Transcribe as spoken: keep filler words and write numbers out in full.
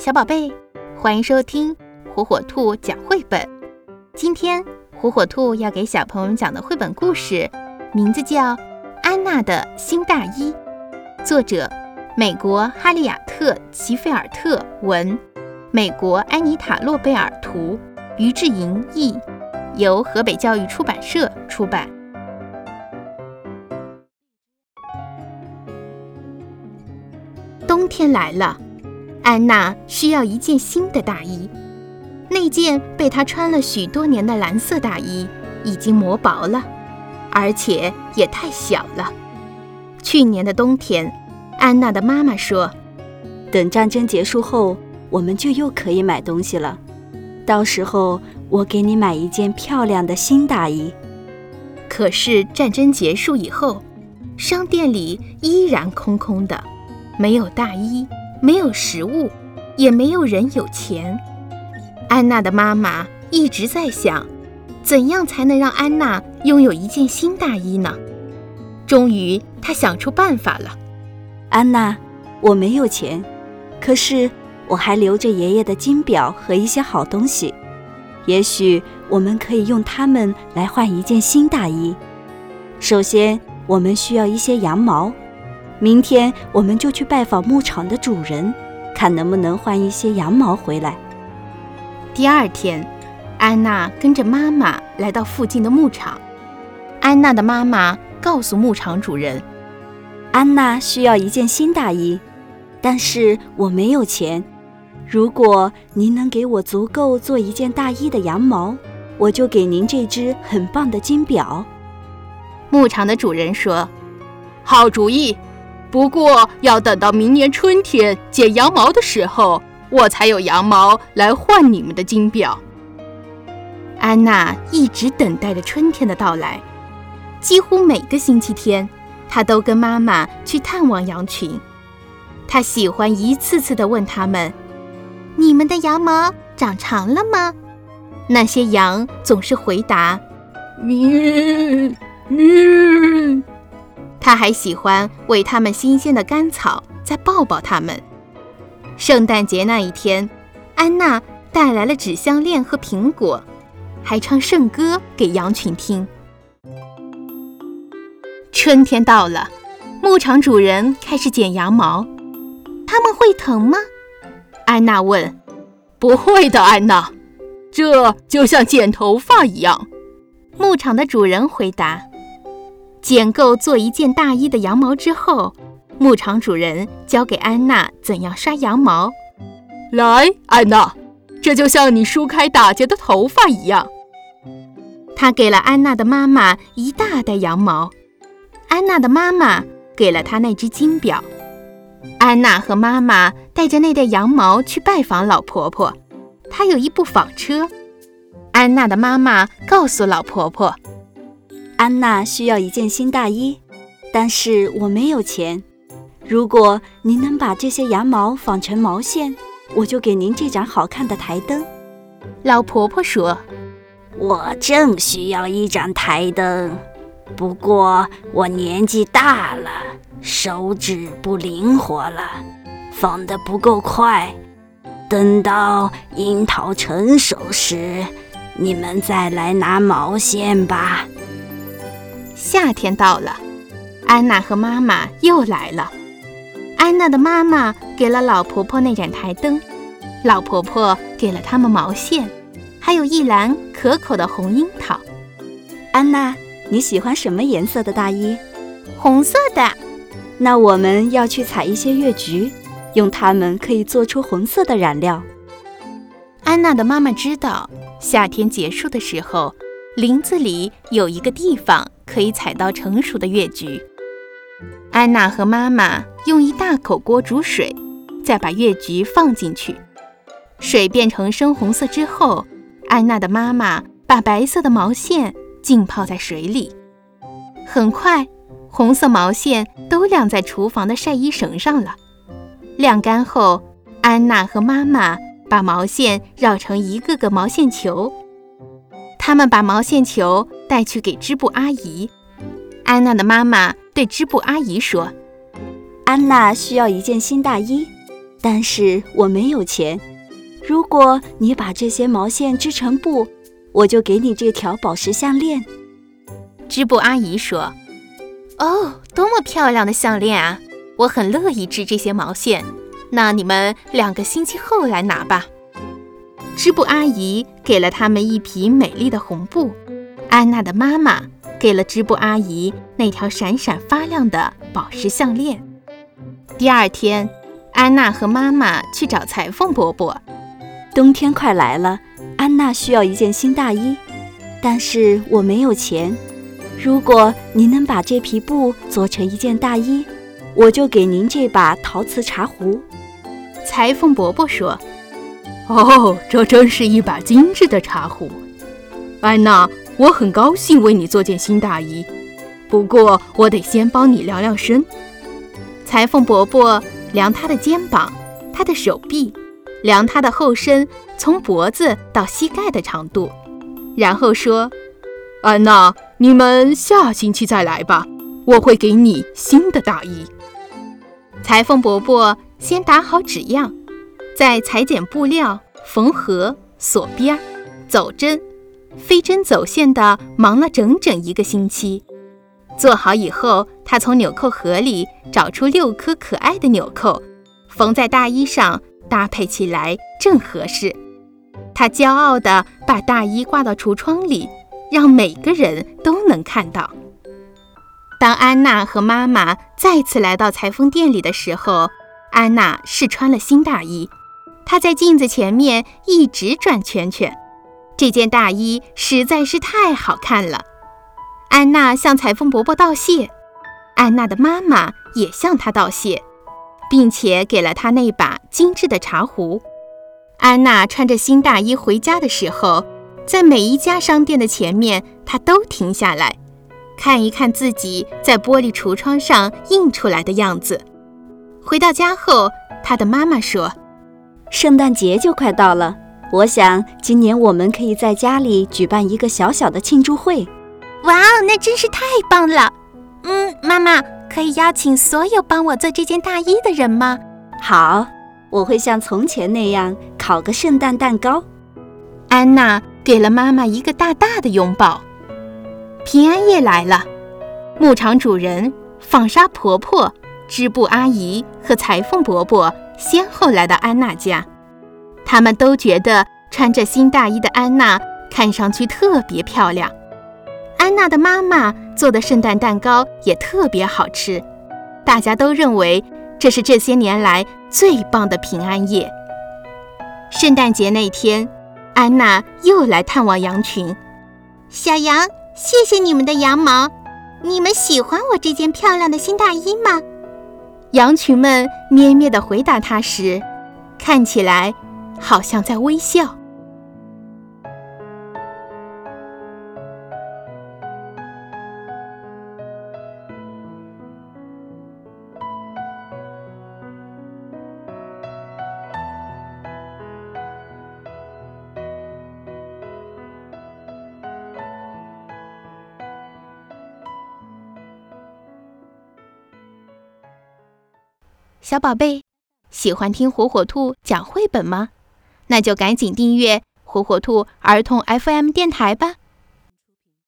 小宝贝，欢迎收听火火兔讲绘本。今天火火兔要给小朋友们讲的绘本故事名字叫《安娜的新大衣》，作者美国哈利亚特·齐菲尔特文，美国安妮塔·洛贝尔图，于志莹译，由河北教育出版社出版。冬天来了，安娜需要一件新的大衣。那件被她穿了许多年的蓝色大衣已经磨薄了，而且也太小了。去年的冬天，安娜的妈妈说， 等战争结束后，我们就又可以买东西了。到时候我给你买一件漂亮的新大衣。 可是战争结束以后，商店里依然空空的，没有大衣，没有食物，也没有人有钱。安娜的妈妈一直在想，怎样才能让安娜拥有一件新大衣呢？终于，她想出办法了。 安娜，我没有钱，可是我还留着爷爷的金表和一些好东西，也许我们可以用它们来换一件新大衣。首先，我们需要一些羊毛，明天我们就去拜访牧场的主人，看能不能换一些羊毛回来。 第二天，安娜跟着妈妈来到附近的牧场。安娜的妈妈告诉牧场主人， 安娜需要一件新大衣，但是我没有钱。如果您能给我足够做一件大衣的羊毛，我就给您这只很棒的金表。 牧场的主人说，好主意，不过要等到明年春天剪羊毛的时候，我才有羊毛来换你们的金表。安娜一直等待着春天的到来，几乎每个星期天，她都跟妈妈去探望羊群。她喜欢一次次地问他们，你们的羊毛长长了吗？那些羊总是回答，咩咩。她还喜欢喂它们新鲜的干草，再抱抱它们。圣诞节那一天，安娜带来了纸项链和苹果，还唱圣歌给羊群听。春天到了，牧场主人开始剪羊毛。他们会疼吗？安娜问。不会的，安娜，这就像剪头发一样。牧场的主人回答。剪够做一件大衣的羊毛之后，牧场主人教给安娜怎样刷羊毛。来，安娜，这就像你梳开打结的头发一样。他给了安娜的妈妈一大袋羊毛，安娜的妈妈给了她那只金表。安娜和妈妈带着那袋羊毛去拜访老婆婆，她有一部纺车。安娜的妈妈告诉老婆婆， 安娜需要一件新大衣，但是我没有钱。如果您能把这些羊毛纺成毛线，我就给您这盏好看的台灯。 老婆婆说， 我正需要一盏台灯，不过我年纪大了，手指不灵活了，纺得不够快。等到樱桃成熟时，你们再来拿毛线吧。 夏天到了，安娜和妈妈又来了。安娜的妈妈给了老婆婆那盏台灯，老婆婆给了他们毛线，还有一篮可口的红樱桃。 安娜，你喜欢什么颜色的大衣？ 红色的。 那我们要去采一些月菊，用它们可以做出红色的染料。 安娜的妈妈知道，夏天结束的时候，林子里有一个地方可以采到成熟的月菊。安娜和妈妈用一大口锅煮水，再把月菊放进去。水变成深红色之后，安娜的妈妈把白色的毛线浸泡在水里。很快，红色毛线都晾在厨房的晒衣绳上了。晾干后，安娜和妈妈把毛线绕成一个个毛线球。他们把毛线球带去给织布阿姨。安娜的妈妈对织布阿姨说， 安娜需要一件新大衣， 但是我没有钱。如果你把这些毛线织成布，我就给你这条宝石项链。” 织布阿姨说：“哦，多么漂亮的项链啊！我很乐意织这些毛线。那你们两个星期后来拿吧。”织布阿姨给了他们一匹美丽的红布，安娜的妈妈给了织布阿姨那条闪闪发亮的宝石项链。第二天，安娜和妈妈去找裁缝伯伯。 冬天快来了，安娜需要一件新大衣，但是我没有钱。如果您能把这匹布做成一件大衣，我就给您这把陶瓷茶壶。 裁缝伯伯说：“哦，这真是一把精致的茶壶。安娜，我很高兴为你做件新大衣，不过我得先帮你量量身。”裁缝伯伯量她的肩膀，她的手臂，量她的后身从脖子到膝盖的长度，然后说：“安娜，你们下星期再来吧，我会给你新的大衣。”裁缝伯伯先打好纸样，再裁剪布料、缝合、锁边、走针、飞针走线的忙了整整一个星期。做好以后，他从纽扣盒里找出六颗可爱的纽扣，缝在大衣上，搭配起来正合适。他骄傲地把大衣挂到橱窗里，让每个人都能看到。当安娜和妈妈再次来到裁缝店里的时候，安娜试穿了新大衣，她在镜子前面一直转圈圈。这件大衣实在是太好看了。安娜向裁缝伯伯道谢，安娜的妈妈也向她道谢，并且给了她那把精致的茶壶。安娜穿着新大衣回家的时候，在每一家商店的前面，她都停下来，看一看自己在玻璃橱窗上印出来的样子。回到家后，她的妈妈说：“ 圣诞节就快到了，我想今年我们可以在家里举办一个小小的庆祝会。” 哇，那真是太棒了！嗯，妈妈，可以邀请所有帮我做这件大衣的人吗？ 好，我会像从前那样烤个圣诞蛋糕。 安娜给了妈妈一个大大的拥抱。平安夜来了，牧场主人、纺纱婆婆、织布阿姨和裁缝伯伯先后来到安娜家。他们都觉得穿着新大衣的安娜看上去特别漂亮。安娜的妈妈做的圣诞蛋糕也特别好吃，大家都认为这是这些年来最棒的平安夜。圣诞节那天，安娜又来探望羊群。小羊，谢谢你们的羊毛，你们喜欢我这件漂亮的新大衣吗？羊群们咩咩地回答她时，看起来好像在微笑。小宝贝，喜欢听火火兔讲绘本吗？那就赶紧订阅火火兔儿童 F M 电台吧。